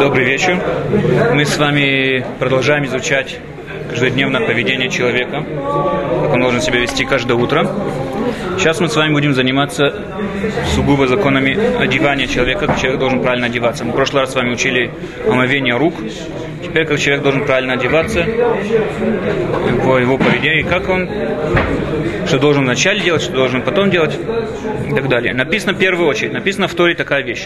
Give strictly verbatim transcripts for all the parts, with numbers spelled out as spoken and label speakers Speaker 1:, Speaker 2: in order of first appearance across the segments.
Speaker 1: Добрый вечер. Мы с вами продолжаем изучать каждодневное поведение человека, как он должен себя вести каждое утро. Сейчас мы с вами будем заниматься сугубо законами одевания человека, как человек должен правильно одеваться. Мы в прошлый раз с вами учили омовение рук. Теперь, как человек должен правильно одеваться, по его поведению, как он, что должен вначале делать, что должен потом делать и так далее. Написано в первую очередь, написано в Торе такая вещь.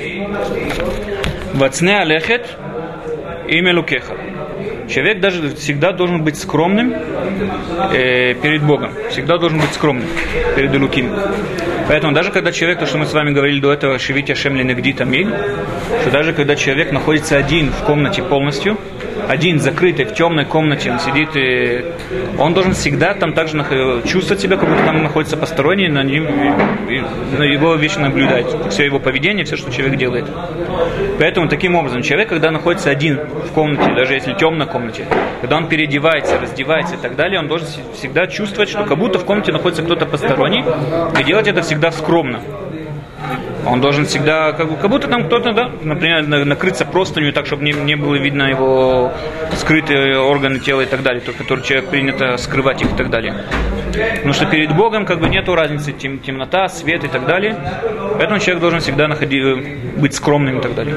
Speaker 1: Вацне алехет имя Лукеха. Человек даже всегда должен быть скромным э, перед Богом. Всегда должен быть скромным перед Элуким. Поэтому даже когда человек, то, что мы с вами говорили до этого, шевить Ашем ленегди тамид, что даже когда человек находится один в комнате полностью, один, закрытый, в темной комнате, он сидит, и он должен всегда там также чувствовать себя, как будто там находится посторонний, на, ним, на его вечно наблюдать, все его поведение, все, что человек делает. Поэтому таким образом, человек, когда находится один в комнате, даже если в темной комнате, когда он переодевается, раздевается и так далее, он должен всегда чувствовать, что как будто в комнате находится кто-то посторонний, и делать это всегда скромно. Он должен всегда, как, как будто там кто-то, да, например, накрыться простынью так, чтобы не, не было видно его скрытые органы тела и так далее, то, которые человек принято скрывать их и так далее. Потому что перед Богом как бы нету разницы, тем, темнота, свет и так далее. Поэтому человек должен всегда находить, быть скромным и так далее.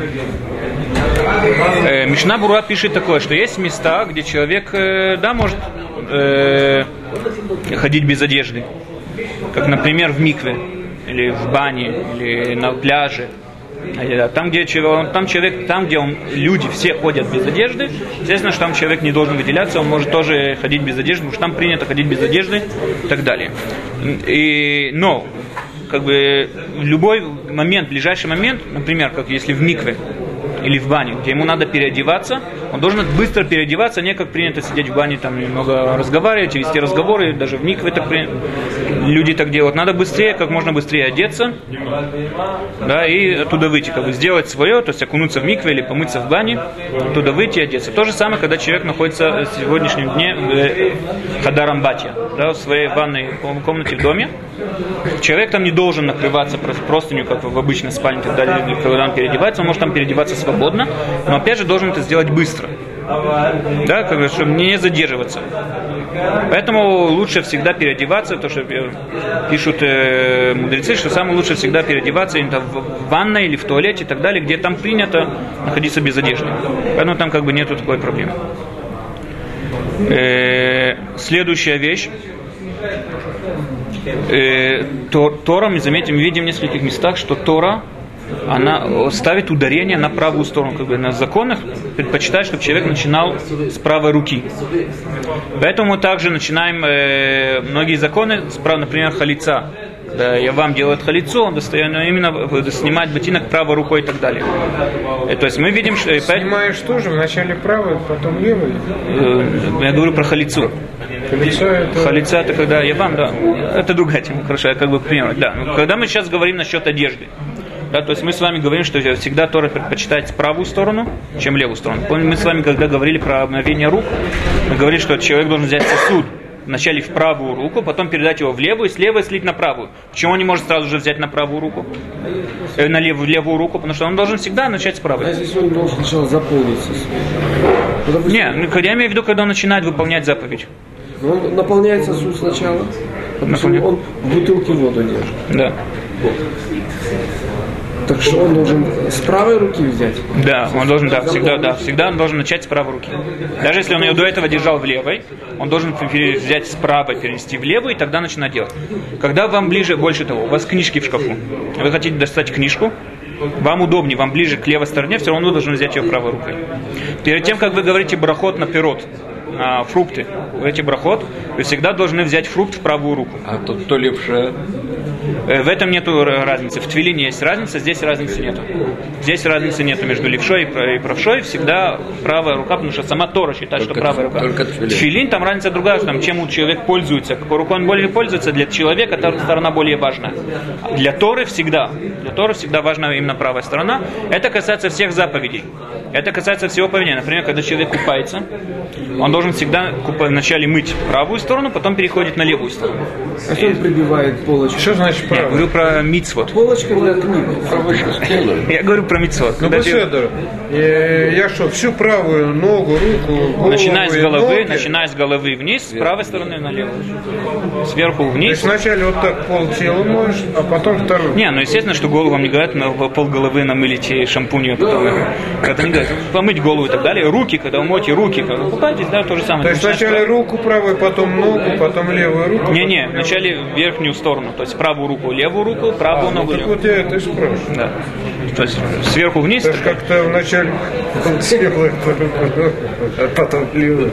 Speaker 1: Э, Мишна Бура пишет такое, что есть места, где человек, э, да, может э, ходить без одежды. Как, например, в микве. Или в бане, или на пляже. Там, где, там человек, там, где он, люди все ходят без одежды, естественно, что там человек не должен выделяться, он может тоже ходить без одежды, потому что там принято ходить без одежды и так далее. И, но, как бы, в любой момент, в ближайший момент, например, как если в микве или в бане, где ему надо переодеваться, он должен быстро переодеваться, не как принято сидеть в бане, там немного разговаривать, вести разговоры, даже в микве так при... люди так делают. Надо быстрее, как можно быстрее одеться, да, и оттуда выйти, как бы сделать свое, то есть окунуться в микве или помыться в бане, оттуда выйти и одеться. То же самое, когда человек находится в сегодняшнем дне в хадарам батья, да, в своей ванной комнате в доме. Человек там не должен накрываться простынью, как в обычной спальне, и так далее, когда он переодевается, он может там переодеваться свободно, но опять же должен это сделать быстро, да, как бы, чтобы не задерживаться. Поэтому лучше всегда переодеваться, то, что пишут э, мудрецы, что самое лучше всегда переодеваться именно в ванной или в туалете и так далее, где там принято находиться без одежды. Поэтому там как бы нету такой проблемы. Э, следующая вещь. Э, Тора, мы заметим, видим в нескольких местах, что Тора, она ставит ударение на правую сторону, как бы на законах предпочитает, чтобы человек начинал с правой руки. Поэтому мы также начинаем э, многие законы, справа, например, халица. Когда Явам делает халицу, он достает, именно снимает ботинок правой рукой и так далее. И, то есть мы видим, что...
Speaker 2: Снимаешь тоже, вначале правой, потом левой?
Speaker 1: Э, я говорю про халицу.
Speaker 2: Халица это...
Speaker 1: Халица это когда Явам, да. Это другая тема, хорошо, я как бы пример. Да. Когда мы сейчас говорим насчет одежды. Да, то есть мы с вами говорим, что всегда Тора предпочитает правую сторону, чем левую сторону. Помните, мы с вами, когда говорили про омовение рук, мы говорили, что человек должен взять сосуд вначале в правую руку, потом передать его в левую, и с левой слить на правую. Почему он не может сразу же взять на правую руку? Э, на левую, левую руку, потому что он должен всегда начать с правой.
Speaker 3: А если он должен сначала заполнить сосуд?
Speaker 1: Ну, не, я имею в виду, когда он начинает выполнять заповедь.
Speaker 3: Он наполняет сосуд сначала, потому что он в бутылке воду держит.
Speaker 1: Да.
Speaker 3: Так что он должен с правой руки взять?
Speaker 1: Да, он должен, да, всегда, да, всегда он должен начать с правой руки. Даже если он ее до этого держал в левой, он должен взять с правой, перенести в левую и тогда начинать делать. Когда вам ближе, больше того, у вас книжки в шкафу, вы хотите достать книжку, вам удобнее, вам ближе к левой стороне, все равно вы должны взять ее правой рукой. Перед тем, как вы говорите брахот на пирот, на фрукты, говорите брахот, вы всегда должны взять фрукт в правую руку.
Speaker 4: А тут то левша.
Speaker 1: В этом нету разницы. В твилине есть разница, здесь разницы нету. Здесь разницы нету между левшой и правшой. Всегда правая рука, потому что сама Тора считает, только, что правая рука.
Speaker 4: Только твилин.
Speaker 1: Твилин, там разница другая, что там, чем человек пользуется. Какой рукой он более пользуется, для человека эта сторона более важна. Для Торы всегда. Для Торы всегда важна именно правая сторона. Это касается всех заповедей. Это касается всего поведения. Например, когда человек купается, он должен всегда вначале мыть правую сторону, потом переходит на левую сторону.
Speaker 3: А что он прибивает полочку?
Speaker 2: Что значит
Speaker 1: Я говорю про мицвот.
Speaker 3: Полочка для книг.
Speaker 1: Я говорю про мицвот.
Speaker 2: Ну, Беседер, я что, всю правую ногу, руку, голову
Speaker 1: Начиная с головы,
Speaker 2: ноги,
Speaker 1: начиная с головы вниз, с правой стороны налево. Сверху
Speaker 2: то
Speaker 1: вниз.
Speaker 2: есть вначале вот так полтела моешь, а потом вторую.
Speaker 1: Не, ну естественно, что голову вам не говорят, на пол головы намылить шампунью, потом это не говорят. Помыть голову и так далее. Руки, когда вы моете руки, когда вы купаетесь, да, то же самое.
Speaker 2: То есть вначале руку правую, потом ногу, потом левую руку.
Speaker 1: Не-не, вначале верхнюю сторону, то есть правую руку, левую руку, правую
Speaker 2: а,
Speaker 1: ногу.
Speaker 2: Ну, так вот я это и спрашиваю.
Speaker 1: Да. То есть сверху вниз.
Speaker 2: То есть как-то вначале левую, а потом левую.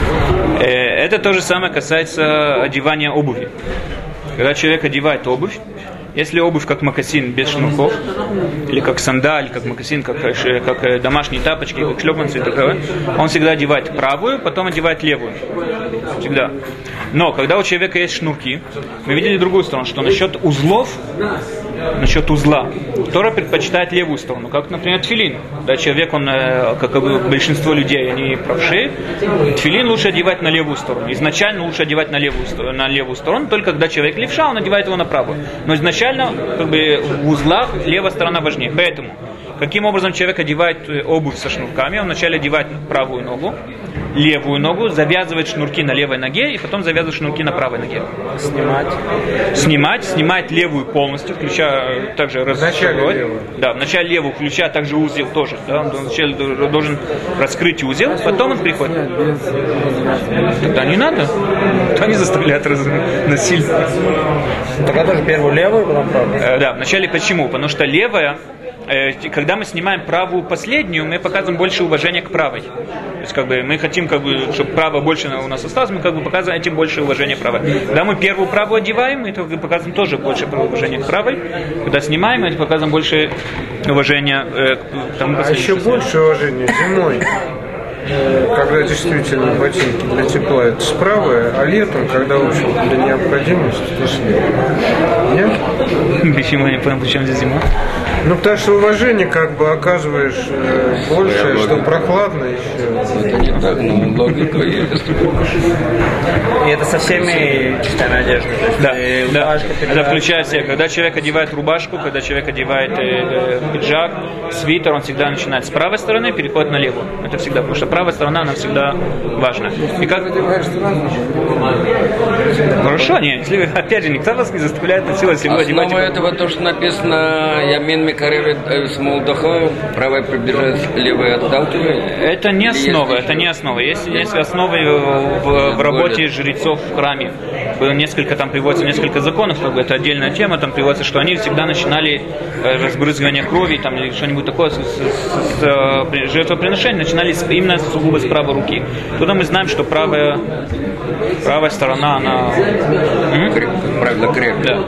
Speaker 1: Это то же самое касается одевания обуви. Когда человек одевает обувь, если обувь как мокасин без шнурков, или как сандаль, как мокасин, как, как домашние тапочки, как шлепанцы и так далее, он всегда одевает правую, потом одевает левую. Всегда. Но когда у человека есть шнурки, мы видели другую сторону, что насчет узлов, насчет узла, Тора предпочитает левую сторону, как, например, тфилин. Да, человек, он, как большинство людей, они правши, тфилин лучше одевать на левую сторону. Изначально лучше одевать на левую, на левую сторону, только когда человек левша, он одевает его на правую. Но изначально, как бы, в узлах левая сторона важнее. Поэтому, каким образом человек одевает обувь со шнурками, он вначале одевает правую ногу, левую ногу, завязывает шнурки на левой ноге и потом завязывает шнурки на правой ноге.
Speaker 3: Снимать.
Speaker 1: Снимать, снимать левую полностью, включая также
Speaker 2: Вначале левую.
Speaker 1: Да, вначале левую, включая также узел тоже. Да, он вначале должен раскрыть узел, потом он приходит. Тогда не надо. Тогда не заставляют раз... насильно.
Speaker 3: Тогда тоже первую левую, потом правую.
Speaker 1: Э, да, вначале почему? Потому что левая, э, когда мы снимаем правую последнюю, мы показываем больше уважения к правой. То есть, как бы, мы хотим, как бы, чтобы право больше у нас осталось, мы, как бы, показываем этим больше уважения к правой. Когда мы первую правую одеваем, мы, как бы, показываем тоже больше уважения к правой. Когда снимаем, мы показываем больше уважения э, к тому.
Speaker 2: А еще больше уважения зимой, когда действительно ботинки для тепла это справа, а летом, когда, в общем, для необходимости, то слева. Нет?
Speaker 1: Почему я не понял, почему здесь зима?
Speaker 2: Ну, потому что уважение как бы оказываешь э, больше, что прохладно еще.
Speaker 4: Это не так, но логика есть.
Speaker 3: И это со всеми частями одежды.
Speaker 1: Да, да. Это включает в себя, когда человек одевает рубашку, когда человек одевает э, э, пиджак, свитер, он всегда начинает с правой стороны, переходит на левую. Это всегда, потому что правая сторона, она всегда важна. И как... Хорошо, нет, если, опять же, никто вас не заставляет насиловать, если вы одеваете...
Speaker 4: Основа этого то, что написано «Ямин микаревит смолдоха», правая приближается, левая отталкивает.
Speaker 1: Это не основа, это не основа. Есть, есть основы в, в работе жрецов в храме. Несколько там приводится, несколько законов, как бы это отдельная тема, там приводится, что они всегда начинали разбрызгивание крови там, или что-нибудь такое с, с, с, с жертвоприношения, начинали с, именно сугубо с правой руки. Туда мы знаем, что правая, правая сторона, она...
Speaker 4: Креп, правильно, крепкая.
Speaker 1: Да.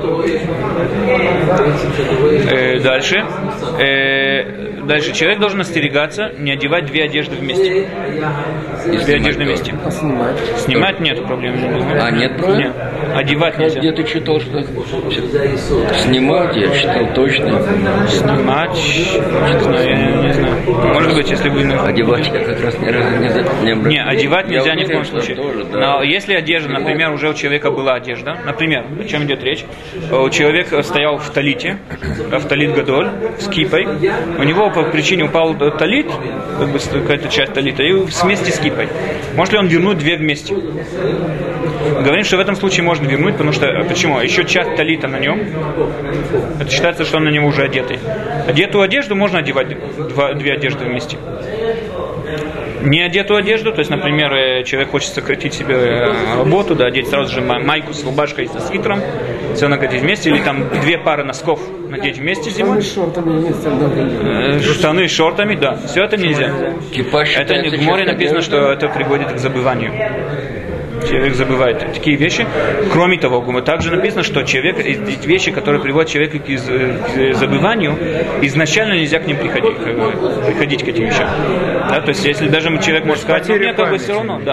Speaker 1: Э, дальше. Э, дальше. Человек должен остерегаться не одевать две одежды вместе. Две одежды вместе.
Speaker 3: А снимать?
Speaker 1: Снимать нет проблем.
Speaker 4: А нет проблем?
Speaker 1: Нет. Одевать нельзя.
Speaker 4: Где ты читал, что снимать? Я читал точно.
Speaker 1: Снимать, не знаю, я не знаю. Может быть, если вы...
Speaker 4: Одевать я как раз ни разу не, не обратил.
Speaker 1: Не, одевать нельзя
Speaker 4: я
Speaker 1: ни в коем
Speaker 4: уверен,
Speaker 1: случае.
Speaker 4: Тоже, да.
Speaker 1: Но если одежда, например, уже у человека была одежда, например, о чем идет речь, у человека стоял в талите, в талит гадоль, с кипой, у него по причине упал талит, как бы какая-то часть талита, и вместе с кипой. Может ли он вернуть две вместе? Говорим, что в этом случае можно вернуть, потому что, почему? Еще часть талита на нем, это считается, что он на него уже одетый. Одетую одежду можно одевать два, две одежды вместе. Не одетую одежду, то есть, например, человек хочет сократить себе работу, да, одеть сразу же майку с рубашкой и со свитером, все надеть вместе, или там две пары носков надеть вместе зимой.
Speaker 3: Штаны с шортами вместе.
Speaker 1: Штаны с шортами, да, все это нельзя. Это не, в море написано, что это приводит к забыванию. Человек забывает такие вещи. Кроме того, также написано, что человек, эти вещи, которые приводят человека к забыванию, изначально нельзя к ним приходить, приходить к этим вещам. Да, то есть, если даже человек может сказать, ну, мне как бы все равно, да.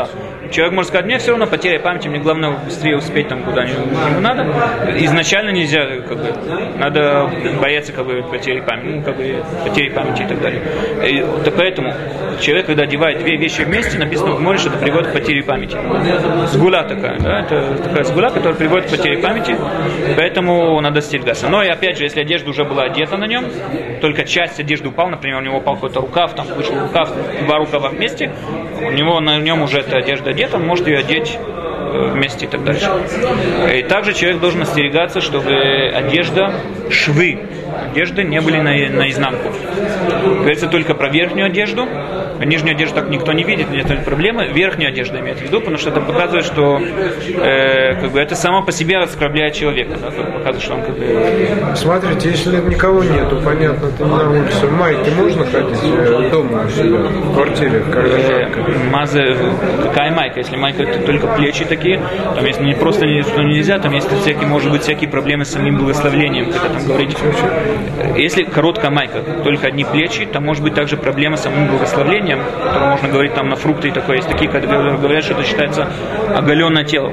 Speaker 1: Человек может сказать, мне все равно потеря памяти, мне главное быстрее успеть там куда-нибудь надо. Изначально нельзя, как бы, надо бояться как бы потери памяти, ну, как бы, потери памяти и так далее. И, да поэтому человек, когда одевает две вещи вместе, написано в море, что это приводит к потере памяти. Сгула такая, да, это такая сгула, которая приводит к потере памяти, поэтому надо остерегаться. Но и опять же, если одежда уже была одета на нем, только часть одежды упала, например, у него упал какой-то рукав, там вышел рукав, два рукава вместе, у него на нем уже эта одежда одета, он может ее одеть вместе и так дальше. И также человек должен остерегаться, чтобы одежда, швы одежды не были на, наизнанку. Говорится только про верхнюю одежду. Нижнюю одежду так никто не видит, нет проблемы. Верхнюю одежду имеет в виду, потому что это показывает, что э, как бы это само по себе оскорбляет человека. Да? Показывает, что он как бы...
Speaker 2: Смотрите, если никого нету, понятно, ты на улице, в майке можно ходить дома у себя, в квартире, когда жарко?
Speaker 1: Маза, какая майка? Если майка, это только плечи такие, там если не просто что нельзя, там есть всякие, может быть, всякие проблемы с самим благословлением, когда там говорите. Если короткая майка, только одни плечи, там может быть также проблема с самим благословлением, которое можно говорить там на фрукты и такое. Есть такие, которые говорят, что это считается оголенное тело.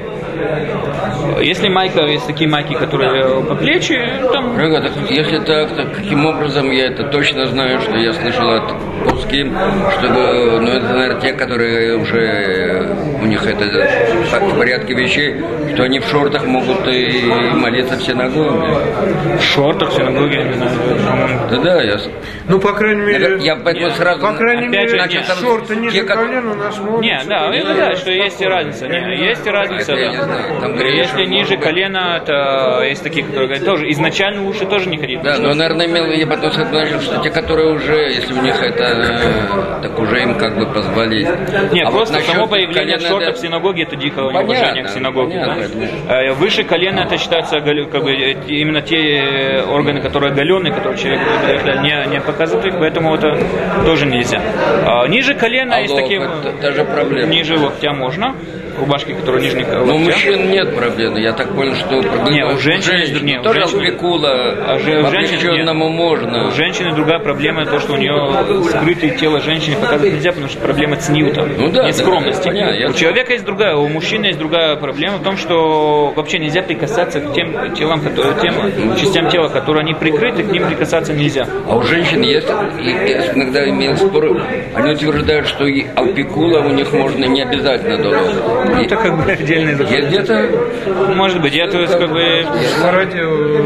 Speaker 1: Если майка, есть такие майки, которые по плечи, там...
Speaker 4: Рога, если так, то каким образом я это точно знаю, что я слышал от пуским, что, ну, это, наверное, те, которые уже, у них это в порядке вещей, что они в шортах могут и молиться в синагоге.
Speaker 1: В шортах в синагоге, я не знаю.
Speaker 4: Да-да, я...
Speaker 2: Ну, по крайней мере...
Speaker 4: Я поэтому сразу...
Speaker 2: По крайней мере,
Speaker 1: же,
Speaker 2: значит,
Speaker 1: нет.
Speaker 2: шорты ниже
Speaker 4: Те, как...
Speaker 2: колена у нас могут...
Speaker 1: Не, да, это да, что есть и разница. Не, есть и разница,
Speaker 4: Это я
Speaker 1: да.
Speaker 4: не знаю. Там,
Speaker 1: Если ниже колена, то есть такие, которые говорят, тоже изначально лучше тоже не ходить.
Speaker 4: Да, но, наверное, имел, я потом сказал, что те, которые уже, если у них это, так уже им как бы позволить.
Speaker 1: Нет,
Speaker 4: а
Speaker 1: просто
Speaker 4: вот
Speaker 1: само появление
Speaker 4: колена,
Speaker 1: шортов
Speaker 4: да,
Speaker 1: в синагоге, это дикое
Speaker 4: понятно,
Speaker 1: неуважение к синагоге.
Speaker 4: понятно,
Speaker 1: Да? А выше колена это считается как бы, именно те органы, которые оголенные, которые человек не, не показывает их, поэтому это тоже нельзя. А ниже колена
Speaker 4: а
Speaker 1: есть
Speaker 4: лоб,
Speaker 1: такие...
Speaker 4: это та же проблема.
Speaker 1: Ниже локтя можно. Рубашки, которые нижние локтя.
Speaker 4: Ну, у мужчин нет проблемы. Я так понял, что
Speaker 1: не, у женщин,
Speaker 4: женщин,
Speaker 1: не, у
Speaker 4: тоже
Speaker 1: женщин,
Speaker 4: алпикула,
Speaker 1: а же, у женщин
Speaker 4: можно.
Speaker 1: У женщины другая проблема, то, что у нее скрытое тело женщины показывать нельзя, потому что проблема цниута,
Speaker 4: ну, да,
Speaker 1: нескромности.
Speaker 4: Да, да,
Speaker 1: у человека есть другая, у мужчины есть другая проблема в том, что вообще нельзя прикасаться к тем телам, которые, тем частям тела, которые они прикрыты, к ним прикасаться нельзя.
Speaker 4: А у женщин есть, я иногда имел спор, они утверждают, что и алпикула у них можно не обязательно должно.
Speaker 1: Ну, это как бы отдельный закон.
Speaker 4: Есть где-то?
Speaker 1: Может быть, я то есть как бы...
Speaker 2: На радио...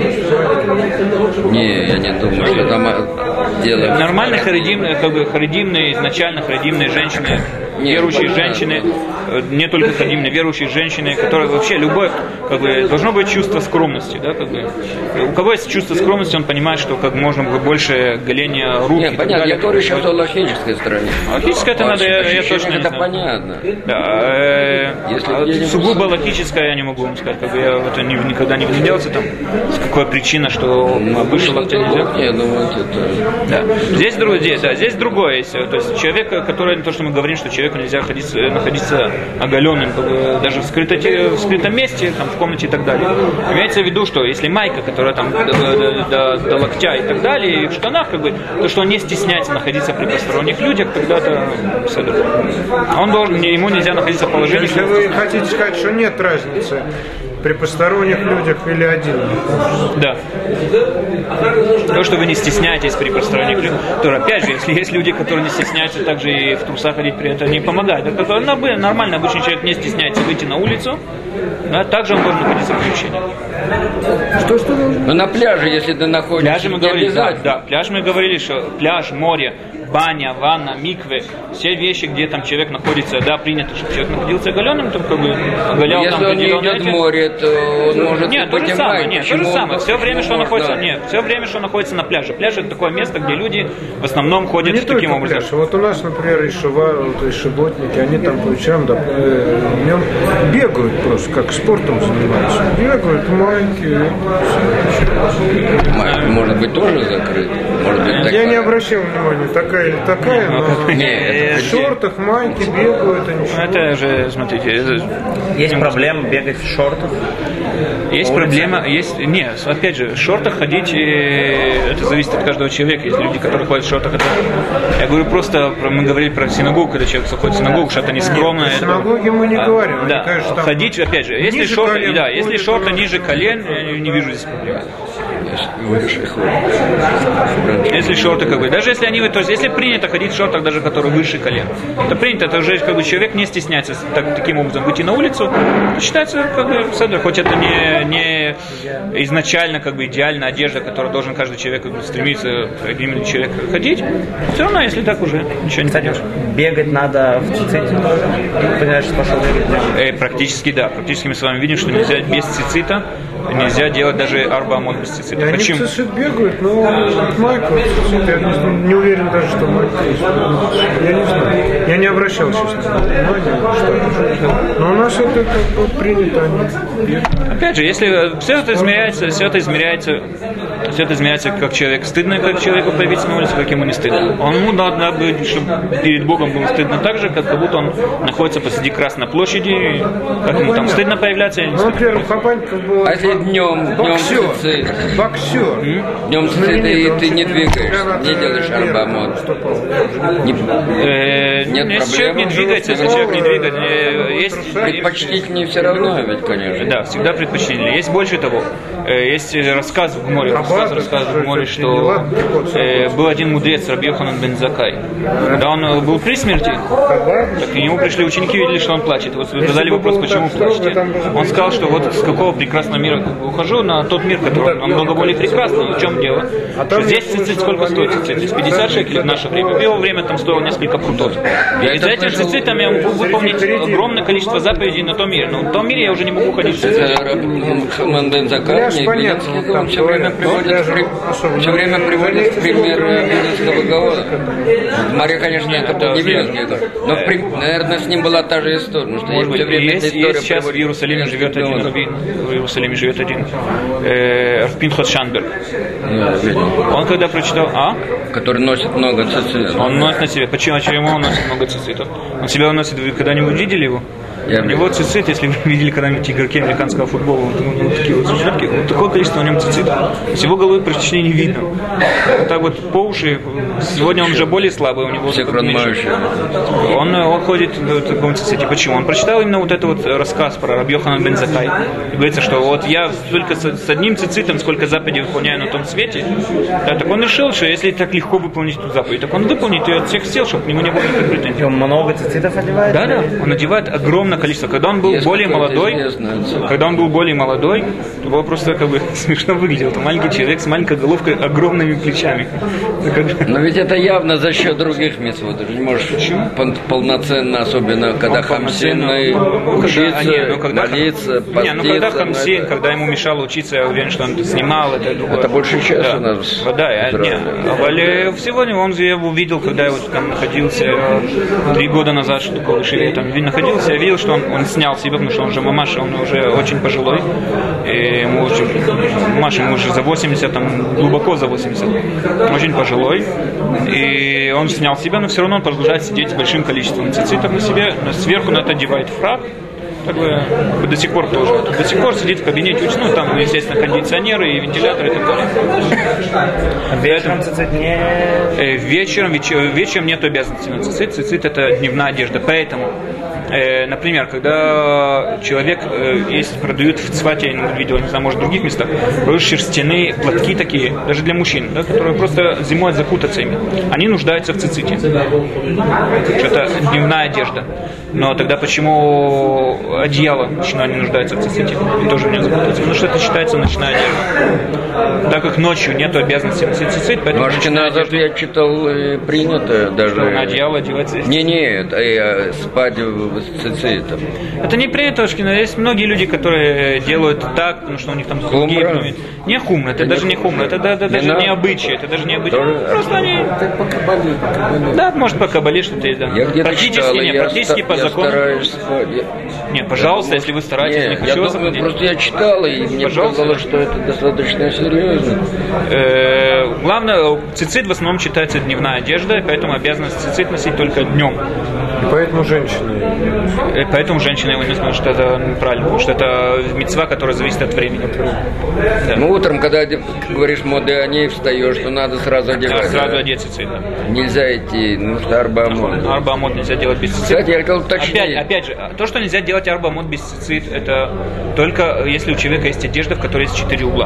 Speaker 4: Не, я не думаю, что там дело...
Speaker 1: Нормально харидимные, как бы харидимные, изначально харидимные женщины, верующие женщины, не только харидимные, верующие женщины, которые вообще любое, как бы, должно быть чувство скромности, да, как бы. У кого есть чувство скромности, он понимает, что как можно голение голения рук.
Speaker 4: Нет, понятно, я говорю сейчас о логической стороне.
Speaker 1: Логическое это надо, я, я точно не
Speaker 4: это
Speaker 1: знаю.
Speaker 4: понятно.
Speaker 1: Да, э,
Speaker 4: Если
Speaker 1: сугубо логическое я не могу вам сказать, как бы я это не, никогда не внедрялся там, с какой причина, что выше локтя нельзя.
Speaker 4: Нет, ну вот это...
Speaker 1: Да. Здесь, здесь, да, здесь другое есть. То есть человек, который, то, что мы говорим, что человеку нельзя ходить, находиться оголенным, как бы, даже в, скрыто, в скрытом месте, там, в комнате и так далее. Имеется в виду, что если майка, которая там до, до, до, до локтя и так далее, и в штанах, как бы, то, что он не стесняется находиться при посторонних людях, тогда это он должен, ему нельзя находиться в положении.
Speaker 2: Если вы хотите сказать, что нет разницы при посторонних людях или один.
Speaker 1: Да. То, что вы не стесняетесь при посторонних людях, то, опять же, если есть люди, которые не стесняются также и в трусах ходить, при этом не помогает. Это нормально, обычный человек не стесняется выйти на улицу, да, также он должен находиться в помещении.
Speaker 3: Что, что должен?
Speaker 4: Ну, на пляже, если ты находишься,
Speaker 1: пляж мы говорили, да, да, пляж мы говорили, что пляж, море, баня, ванна, микве, все вещи, где там человек находится, да, принято, чтобы человек находился оголенным, там как бы оголял
Speaker 4: если
Speaker 1: там.
Speaker 4: Он не идет в море, то он может
Speaker 1: нет, то же самое, нет, то же самое. Все время, что он находится, нет, все время, что он находится на пляже. Пляж это такое место, где люди в основном ходят
Speaker 2: не
Speaker 1: таким образом.
Speaker 2: Пляж. Вот у нас, например, и шива, вот, и шиботники, они там по вечерам, да, днем бегают просто, как спортом занимаются. Бегают, маленькие.
Speaker 4: Может быть, тоже закрыт? Может быть, так.
Speaker 2: Я не обращал внимания, такая или такая, но в шортах, майке бегают, а ничего.
Speaker 1: Это же, смотрите...
Speaker 5: Есть проблема бегать в шортах?
Speaker 1: Есть проблема, есть... Нет, опять же, в шортах ходить, это зависит от каждого человека. Есть люди, которые ходят в шортах. Это... Я говорю просто, мы говорили про синагогу, когда человек заходит в синагогу, что это не скромно.
Speaker 2: В синагоге мы не
Speaker 1: а,
Speaker 2: говорим.
Speaker 1: Да,
Speaker 2: кажется, там
Speaker 1: ходить, опять же, если шорты, да, если шорты ниже колен, я не вижу здесь проблемы. Если шорты, как бы, даже если они, то есть, если принято ходить в шортах, даже которые выше колен, это принято, это уже как бы человек не стесняется так, таким образом выйти на улицу, считается как бы седер, хоть это не, не изначально как бы идеальная одежда, которую должен каждый человек как бы, стремиться именно человек ходить, все равно, если так уже ничего не пойдешь.
Speaker 5: Бегать надо в циците тоже? Понимаешь, что пошел бегать?
Speaker 1: Э, практически да, практически мы с вами видим, что нельзя без цицита, нельзя делать даже арбамот без цицита.
Speaker 2: Они
Speaker 1: Почему?
Speaker 2: в цицит бегают, но майка, цицит, я не, не уверен даже, что майка есть. Я не знаю. Я не обращал сейчас внимания, что. Но у нас это как бы принято. Они...
Speaker 1: Опять же, если все это измеряется, все это измеряется, все это измеряется, как человек стыдно, как человеку появиться на улице, как ему не стыдно. Он ему надо быть, чтобы перед Богом было стыдно так же, как будто он находится посреди Красной площади, как ему там стыдно появляться.
Speaker 2: Ну, например, Хабаньков был.
Speaker 4: А если днем, днем цицит?
Speaker 2: Боксер.
Speaker 4: Днем цицит, и ты не двигаешься, не делаешь арбамот.
Speaker 1: Если человек не двигается, если человек не двигается, есть...
Speaker 4: Предпочтительнее все равно, ведь, конечно.
Speaker 1: Да, всегда предпочтительнее. Есть больше того. Есть рассказ в Гморе, рассказ, рассказ в Гморе, что э, был один мудрец, Раби Йоханан бен Заккай. Когда он был при смерти, так к нему пришли ученики, видели, что он плачет. Вот задали вопрос, почему плачете. Он сказал, что вот с какого прекрасного мира ухожу на тот мир, который намного более прекрасный. В чем дело? Что здесь цицит сколько стоит цицит? Здесь пятьдесят шекелей в наше время. В его время там стоило несколько прутов. И за этим цицитом я могу выполнить огромное количество заповедей на том мире. Но в том мире я уже не могу ходить в цицит.
Speaker 4: Йоханан бен Заккай все время приводит все время приводит пример Вильнюсского Гаона. Мария, конечно, это был не Вильнюсский Гаон, но, наверное, с ним была та же история. Потому что
Speaker 1: Может быть,
Speaker 4: все время
Speaker 1: есть, есть сейчас в Иерусалиме живет один раввин, в Иерусалиме живет один э, Пинхас Шанберг. Он когда прочитал, а?
Speaker 4: Который носит много цицитов.
Speaker 1: Он носит на себе. Почему? Почему он носит много цицитов? Он себя носит. Вы когда-нибудь видели его? Я У него цицит, если вы видели когда-нибудь игроки американского футбола, вот, ну, вот такие вот жидкие, вот такое количество у него цицитов. С его головы практически не видно. Вот так вот по уши. Сегодня он уже более слабый, у него он, он ходит в таком циците. Почему? Он прочитал именно вот этот вот рассказ про Раби Йоханан бен Заккай. И говорится, что вот я только с, с одним цицитом сколько заповедей выполняю на том свете. Да, так он решил, что если так легко выполнить эту заповедь, так он выполнит ее от всех сил, чтобы к нему не было никаких претензий.
Speaker 5: Он много цицитов одевает?
Speaker 1: Да, да. Он одевает огромное количество. Когда он был
Speaker 4: Есть
Speaker 1: более молодой, когда он был более молодой, то было просто как бы смешно выглядело. Это маленький человек с маленькой головкой, огромными плечами.
Speaker 4: Но ведь это явно за счет других митцвот. Ты же не можешь пол- полноценно, особенно когда хамсинный, учиться,
Speaker 1: не, ну, когда,
Speaker 4: молиться, поститься.
Speaker 1: Не, ну когда хамсин, когда ему мешало учиться, я уверен, что он это снимал. Это,
Speaker 4: это больше часа
Speaker 1: да.
Speaker 4: у нас.
Speaker 1: Да, я, не, а сегодня он я его видел, когда я вот там находился три года назад, что такое я там находился, я видел, что он, он снял себя, потому что он же мамаша, он уже очень пожилой. И ему очень, мамаша ему уже за восемьдесят, там глубоко за восемьдесят. Очень пожилой. И он снял себя, но все равно он продолжает сидеть с большим количеством цицитов на себе. Сверху на это одевает фрак. Так бы, до сих пор тоже. До сих пор сидит в кабинете, учит, ну там, естественно, кондиционеры и вентиляторы и так далее.
Speaker 5: Вечером цицит не...
Speaker 1: Вечером, вечером, вечером нет обязанности на цицит. Цицит это дневная одежда. Поэтому, э, например, когда человек, э, есть, продают в Цфате, я видел, не знаю, может в других местах, продают шерстяные платки такие, даже для мужчин, да, которые просто зимой закутаться ими. Они нуждаются в циците. Что-то дневная одежда. Но тогда почему одеяло ночное не нуждается в циците? И тоже в нем закутаться. Потому что это считается ночная одежда. Так как ночью нет обязанности носить цицит, поэтому...
Speaker 4: Может, назад я читал, принято даже...
Speaker 1: Что, на одеяло одеваться?
Speaker 4: Не, нет, спать с цицитом?
Speaker 1: Это не принято, но есть многие люди, которые делают так, потому что у них там
Speaker 4: хумра?
Speaker 1: Не хумра, это, это даже не хумра, это, это, это даже не обычай, это даже не обычай.
Speaker 4: Тоже...
Speaker 1: Просто они...
Speaker 3: Так по кабале, по кабале.
Speaker 1: Да, может по кабале что-то есть, да.
Speaker 4: Я
Speaker 1: практически
Speaker 4: читал,
Speaker 1: не,
Speaker 4: я
Speaker 1: практически
Speaker 4: ста-
Speaker 1: по
Speaker 4: я
Speaker 1: закону.
Speaker 4: Стараюсь...
Speaker 1: Не, пожалуйста, если вы стараетесь,
Speaker 4: не,
Speaker 1: не хочу
Speaker 4: я
Speaker 1: вас
Speaker 4: думаю,
Speaker 1: обидеть.
Speaker 4: просто я читал, и мне
Speaker 1: Пожалуйста.
Speaker 4: показалось, что это достаточно серьезно.
Speaker 1: Э, главное, цицит в основном считается дневная одежда, поэтому обязанность цицит носить только днем.
Speaker 2: И поэтому женщины...
Speaker 1: И поэтому женщина его не знает, что это неправильно, потому что это мицва, которая зависит от времени. Да.
Speaker 4: Ну, утром, когда говоришь моды о ней, встаешь, то надо сразу одевать.
Speaker 1: Да, сразу
Speaker 4: да?
Speaker 1: одеть цицит, да.
Speaker 4: Нельзя идти, ну, что арбамот.
Speaker 1: Арбамот нельзя делать без цицит.
Speaker 4: Кстати, я хотел уточнить.
Speaker 1: Опять, опять же, то, что нельзя делать арбамот без цицит, это только если у человека есть одежда, в которой есть четыре угла.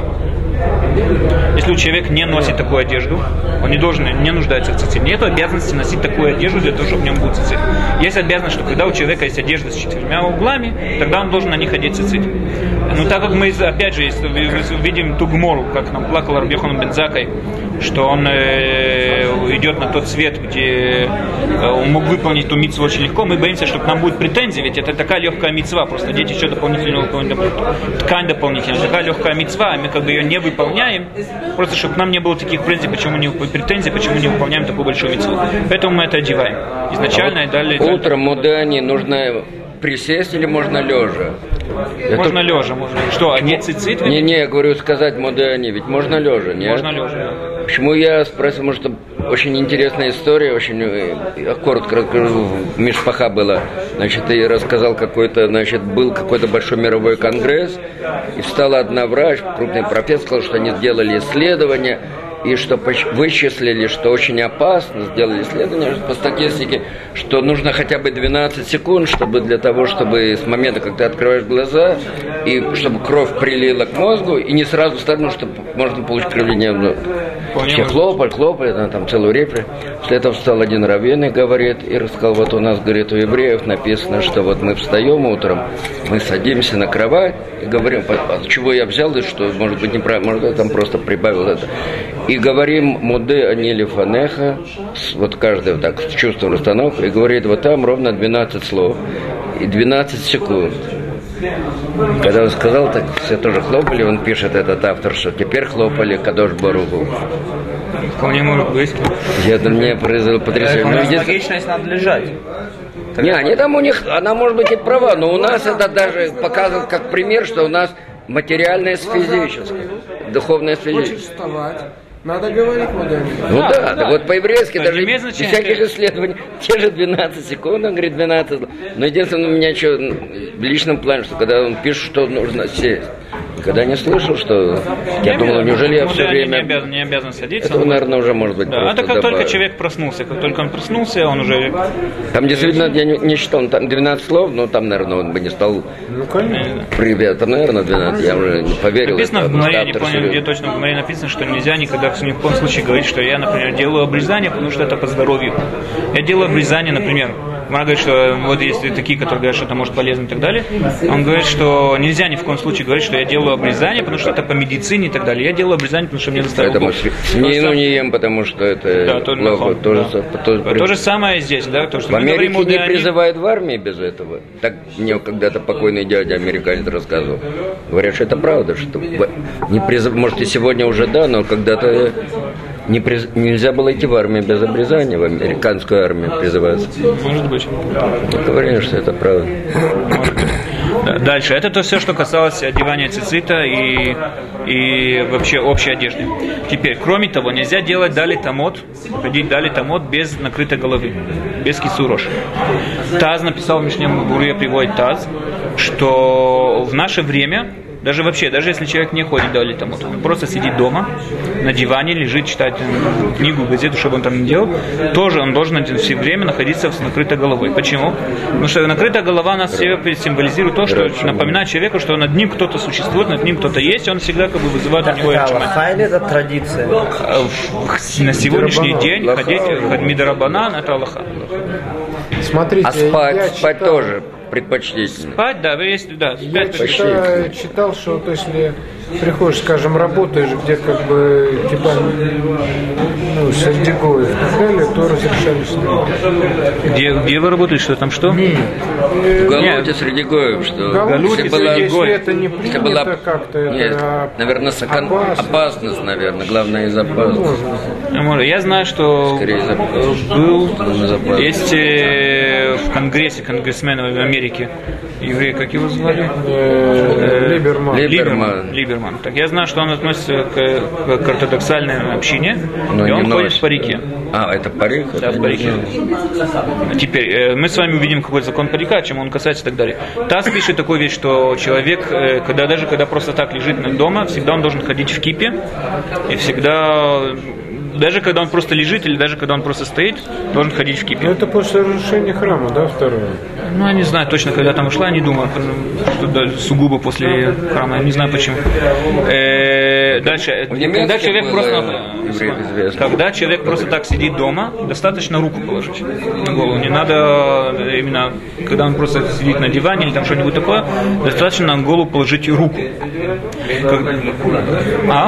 Speaker 1: Если у человека не носит такую одежду, он не должен, не нуждается в цицит. Нет обязанности носить такую одежду для того, чтобы в нем был цицит. Есть обязанность, что когда у человека есть одежда с четырьмя углами, тогда он должен на них одеть цицит. Но так как мы, опять же, видим ту гмору, как нам плакал Рабби Йоханан бен Заккай, что он э, идет на тот свет, где э, он мог выполнить ту мицву очень легко, мы боимся, что к нам будет претензия, ведь это такая легкая мицва, просто одеть еще дополнительную ткань дополнительную, такая легкая мицва, а мы как бы ее не выполняем, просто чтобы к нам не было таких претензий, почему не, претензий, почему не выполняем такую большую мицву. Поэтому мы это одеваем изначально
Speaker 4: а
Speaker 1: и далее.
Speaker 4: Утром мудани нужно присесть или можно лежа?
Speaker 1: Можно
Speaker 4: Это...
Speaker 1: лежа, можно. Что, одеть цицит?
Speaker 4: Не, не, я говорю сказать мудани, ведь можно лежа, нет?
Speaker 1: Можно лежа, да.
Speaker 4: Почему я спросил, может, очень интересная история, очень, я коротко расскажу, в Мишпаха было, значит, и рассказал какой-то, значит, был какой-то большой мировой конгресс, и встала одна врач, крупный профессор, сказал, что они сделали исследования, и что вычислили, что очень опасно, сделали исследование по статистике, что нужно хотя бы двенадцать секунд, чтобы для того, чтобы с момента, как ты открываешь глаза, и чтобы кровь прилила к мозгу, и не сразу стать, ну, что можно получить кровление. Ну, все хлопали, хлопали, она там целую репри. После этого встал один раввин и говорит, и рассказал, вот у нас, говорит, у евреев написано, что вот мы встаем утром, мы садимся на кровать и говорим, от чего я взял, и что, может быть, неправильно, может, я там просто прибавил это. И говорим «Муде анили фанеха», вот каждый вот так с чувством расстановки, и говорит, вот там ровно двенадцать слов и двенадцать секунд. Когда он сказал, так все тоже хлопали, он пишет, этот автор, что теперь хлопали Кадош Баруху.
Speaker 1: Вполне может быть.
Speaker 4: Я там мне произвел потрясение.
Speaker 5: Логичность надо лежать.
Speaker 4: Не, они там у них, она может быть и права, но у нас это даже показывает как пример, что у нас материальное с физическим, духовное с
Speaker 3: Хочешь
Speaker 4: физическим.
Speaker 3: вставать, надо говорить модами.
Speaker 4: Ну да,
Speaker 1: Да,
Speaker 4: да,
Speaker 1: да.
Speaker 4: вот по-еврейски
Speaker 1: Да,
Speaker 4: даже
Speaker 1: не имеет
Speaker 4: без
Speaker 1: значения,
Speaker 4: всяких
Speaker 1: как-
Speaker 4: исследований, те же двенадцать секунд, он говорит двенадцать. Но единственное, у меня что, в личном плане, что когда он пишет, что нужно сесть, никогда не слышал, что, я думал, неужели я
Speaker 1: Ну,
Speaker 4: все
Speaker 1: да,
Speaker 4: время...
Speaker 1: Не обязан, не обязан садиться.
Speaker 4: Это, наверное, уже может быть
Speaker 1: Да,
Speaker 4: просто
Speaker 1: это как
Speaker 4: добавить.
Speaker 1: только человек проснулся. Как только он проснулся, он уже...
Speaker 4: Там действительно, я не, не считал, там двенадцать слов, но там, наверное, он бы не стал...
Speaker 2: Ну, конечно.
Speaker 4: Привет, там, наверное, двенадцать, я уже не поверил.
Speaker 1: Написано
Speaker 4: это,
Speaker 1: в Гмаре, я не
Speaker 4: автор
Speaker 1: помню,
Speaker 4: серьезно.
Speaker 1: где точно в Гмаре написано, что нельзя никогда, ни в коем случае говорить, что я, например, делаю обрезание, потому что это по здоровью. Я делаю обрезание, например, Гмара говорит, что вот есть такие, которые говорят, что это может полезно и так далее. Он говорит, что нельзя ни в коем случае говорить, что я делаю обрезание, потому что это по медицине и так далее. Я делаю обрезание, потому что мне заставил
Speaker 4: Поэтому
Speaker 1: Бог.
Speaker 4: свинину не ем, потому что это
Speaker 1: Да, тоже
Speaker 4: плохо.
Speaker 1: нахон,
Speaker 4: Тоже,
Speaker 1: да.
Speaker 4: тоже
Speaker 1: То,
Speaker 4: при-
Speaker 1: же самое здесь, да, то, что
Speaker 4: В
Speaker 1: мы
Speaker 4: Америке
Speaker 1: говорим,
Speaker 4: не
Speaker 1: о
Speaker 4: призывают в армии без этого. Так мне когда-то покойный дядя американец рассказывал. Говорят, что это правда, что в- не призыв... может и сегодня уже да, но когда-то не приз... нельзя было идти в армию без обрезания, в американскую армию призываться.
Speaker 1: Может быть.
Speaker 4: Говорят, что это правда.
Speaker 1: Да, дальше. Это то все, что касалось одевания цицита и, и вообще общей одежды. Теперь, кроме того, нельзя делать дали тамот, ходить дали тамот без накрытой головы, без кисурош. Таз написал в Мишне Буре, приводит Таз, что в наше время, даже вообще, даже если человек не ходит дали тамот, он просто сидит дома, на диване, лежит, читает книгу, газету, что бы он там ни делал, тоже он должен все время находиться с накрытой головой. Почему? Потому что накрытая голова нас все символизирует то, что напоминает человеку, что над ним кто-то существует, над ним кто-то есть, и он всегда как бы вызывает у него
Speaker 5: Это
Speaker 1: эрчимэ.
Speaker 5: Аллаха или это традиция?
Speaker 1: На сегодняшний день
Speaker 4: Лаха.
Speaker 1: ходить мидарабанан, это Аллаха.
Speaker 2: Смотрите,
Speaker 4: А спать,
Speaker 2: я
Speaker 4: спать
Speaker 2: читал-
Speaker 4: тоже предпочтительно.
Speaker 1: Спать, да, вы есть, да,
Speaker 2: Я
Speaker 1: спать.
Speaker 2: читал, читал, что вот если приходишь, скажем, работаешь, где как бы типа ну, среди гоев и так далее, то разрешали снимать.
Speaker 1: Где, где вы работаете, что там что?
Speaker 2: Нет.
Speaker 4: В Галуте среди гоев, что
Speaker 2: Галуте,
Speaker 4: если, была,
Speaker 2: если это не
Speaker 4: если
Speaker 2: принято
Speaker 4: была,
Speaker 2: как-то,
Speaker 4: нет,
Speaker 2: это
Speaker 4: наверное, сакан,
Speaker 2: опасность.
Speaker 4: опасность, наверное, главное из опасности.
Speaker 1: Я знаю, что
Speaker 4: Скорее из опасности.
Speaker 1: был,
Speaker 4: Из опасности.
Speaker 1: есть э, в Конгрессе, конгрессмены в Америке, еврей, как его звали?
Speaker 2: Э, Либерман.
Speaker 1: Либерман. Либерман. Так я знаю, что он относится к, к ортодоксальной общине,
Speaker 4: Но
Speaker 1: и он
Speaker 4: не
Speaker 1: ходит
Speaker 4: носит.
Speaker 1: в парике.
Speaker 4: А, это парик?
Speaker 1: Да, в парике. Теперь, э, мы с вами увидим, какой закон парика, чем он касается и так далее. ТАСС пишет такую вещь, что человек, э, когда, даже когда просто так лежит дома, всегда он должен ходить в кипе, и всегда, даже когда он просто лежит, или даже когда он просто стоит, должен ходить в кипе.
Speaker 2: Ну, это после разрушения храма, да, второе?
Speaker 1: Ну, я не знаю точно, когда там ушла, я не думаю, что да, сугубо после храма, я не знаю почему. Э, дальше, когда человек просто, когда человек просто так сидит дома, достаточно руку положить на голову. Не надо именно, когда он просто сидит на диване или там что-нибудь такое, достаточно на голову положить руку. Как... А?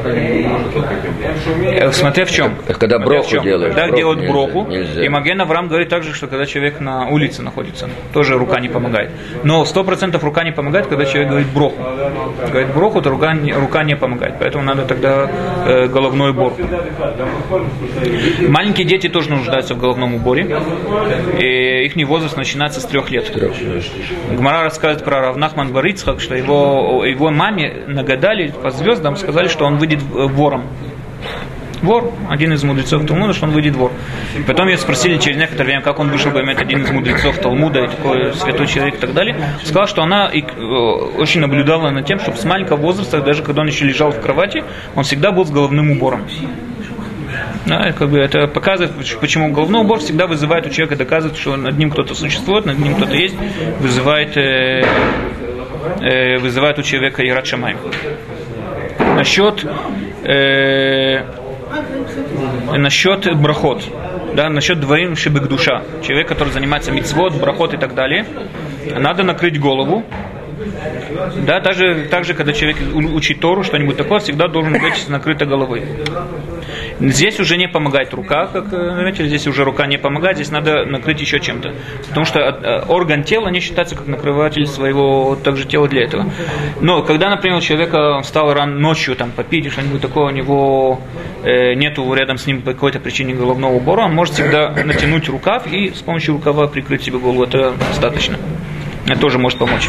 Speaker 1: Смотря в чем.
Speaker 4: Когда броху делаешь.
Speaker 1: Когда делают броху,
Speaker 4: нельзя.
Speaker 1: и Маген Авраам говорит также, что когда человек на улице находится, тоже рука не помогает. Но сто процентов рука не помогает, когда человек говорит броху. Говорит броху, то рука не, рука не помогает. Поэтому надо тогда э, головной убор. Маленькие дети тоже нуждаются в головном уборе. И их возраст начинается с трех лет. Гмара рассказывает про Рав Нахман бар Ицхак, что его, его маме нагадали по звездам, сказали, что он выйдет вором. Вор, один из мудрецов Талмуда, что он выйдет вор. Потом ее спросили через некоторое время, как он вышел бы иметь один из мудрецов Талмуда, и такой святой человек и так далее. Сказал, что она и, э, очень наблюдала над тем, чтобы с маленького возраста, даже когда он еще лежал в кровати, он всегда был с головным убором. Да, как бы это показывает, почему головной убор всегда вызывает у человека, доказывает, что над ним кто-то существует, над ним кто-то есть, вызывает, э, э, вызывает у человека ират шамаим. Насчет э, насчет брахот, да, насчет дворим шибек душа, человек, который занимается мицвот, брахот и так далее, надо накрыть голову. Да, даже, также, когда человек учит Тору, что-нибудь такое, всегда должен быть с накрытой головой. Здесь уже не помогает рука, как заметили, здесь уже рука не помогает, здесь надо накрыть еще чем-то. Потому что орган тела не считается как накрыватель своего также тела для этого. Но когда, например, у человека встал рано ночью там, попить, что-нибудь такое, у него э, нету рядом с ним по какой-то причине головного убора, он может всегда натянуть рукав и с помощью рукава прикрыть себе голову. Это достаточно. Это тоже может помочь.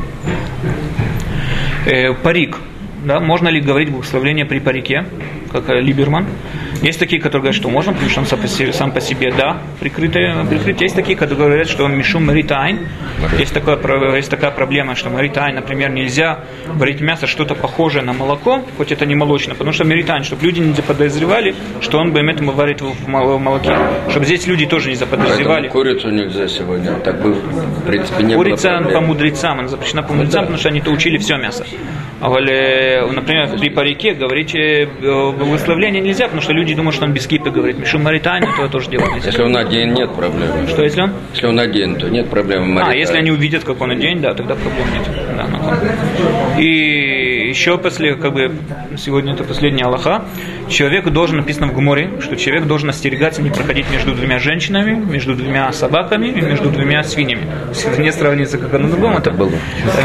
Speaker 1: Э, парик. Да, можно ли говорить благословление при парике, как Либерман? Есть такие, которые говорят, что можно, потому что он сам по себе, сам по себе да, прикрытый, прикрытый. Есть такие, которые говорят, что он мишум маритайн. Есть, такое, есть такая проблема, что маритайн, например, нельзя варить мясо что-то похожее на молоко, хоть это не молочное, потому что маритайн, чтобы люди не заподозревали, что он бы этому варит в молоке. Чтобы здесь люди тоже не заподозревали.
Speaker 4: Поэтому курицу нельзя сегодня. Так бы, в принципе, не
Speaker 1: Курица
Speaker 4: было
Speaker 1: по мудрецам, она запрещена по мудрецам, потому что они-то учили все мясо. А например, при парике говорить благословление нельзя, потому что люди думают, что он без кипы говорит. Мишум маритайн, то тоже делать нельзя.
Speaker 4: Если он один, нет проблемы.
Speaker 1: Что если он?
Speaker 4: Если он один, то нет проблемы. Маритайн.
Speaker 1: А, если они увидят, как он один, да, тогда проблем нет. Да, ну. И еще после, как бы, сегодня это последняя алаха. Человек должен, написано в Геморе, что человек должен остерегаться не проходить между двумя женщинами, между двумя собаками и между двумя свиньями. Если не сравнится, как оно другом, это было.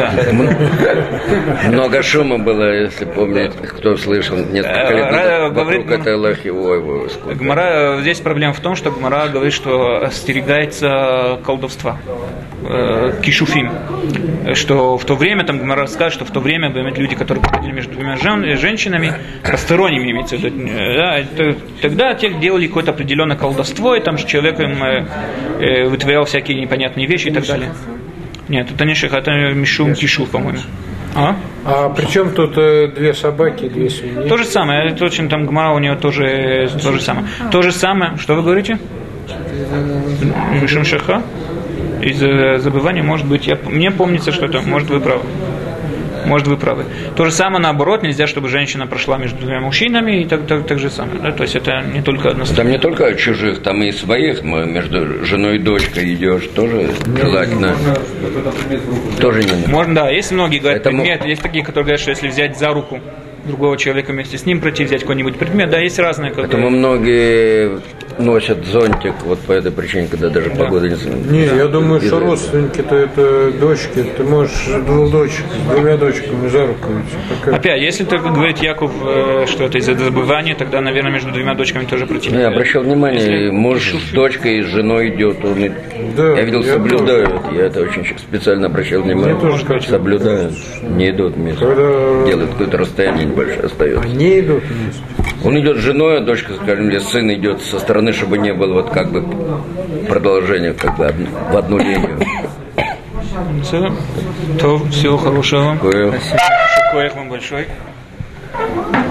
Speaker 4: Много шума было, если помните, кто слышал несколько лет вокруг этой алахи.
Speaker 1: Гемора, здесь проблема в том, что Гемора говорит, что остерегается колдовства. Кишуфим. Что в то время, там Гемора скажет, что в то время люди, которые проходили между двумя жен, женщинами, посторонними имеется в виду, да, это, тогда те делали какое-то определенное колдовство, и там же человек им э, вытворял всякие непонятные вещи и так далее. Нет, это не шех, это мишум кишуф, по-моему. А?
Speaker 2: А при чем тут э, две собаки, две свиньи? То
Speaker 1: же самое, это очень там Гемора у него тоже то же самое. То же самое, что вы говорите? Мишум шеха? Из забывания, может быть, я, мне помнится, что это, может, вы правы. Может, вы правы. То же самое наоборот, нельзя, чтобы женщина прошла между двумя мужчинами, и так, так, так же самое. Да? То есть это не только одно.
Speaker 4: Там не только чужих, там и своих. Между женой и дочкой идешь, тоже желательно. Тоже не надо.
Speaker 1: Можно, да. Есть многие говорят,
Speaker 4: Поэтому...
Speaker 1: предмет, есть такие, которые говорят, что если взять за руку другого человека вместе с ним пройти, взять какой-нибудь предмет, да, есть разные. Когда...
Speaker 4: Поэтому многие носят зонтик вот по этой причине, когда даже да. погода не...
Speaker 2: Не, я думаю, что родственники-то это дочки, ты можешь двух дочек, с двумя дочками за руку идти.
Speaker 1: Опять, если только говорит Яков, что это из-за забывания, тогда, наверное, между двумя дочками тоже пройти.
Speaker 4: Я обращал внимание, если... муж с дочкой, с женой идет, он...
Speaker 2: да,
Speaker 4: я видел, я соблюдают, тоже. Я это очень специально обращал внимание, соблюдают, не идут вместе, когда... делают какое-то расстояние небольшое остается.
Speaker 2: Они идут вместе.
Speaker 4: Он идет с женой, а дочка, скажем, или сын идет со стороны, чтобы не было вот как бы продолжения как бы в одну линию.
Speaker 1: Все, то всего хорошего.
Speaker 4: Спасибо.
Speaker 1: Шикуев вам большой.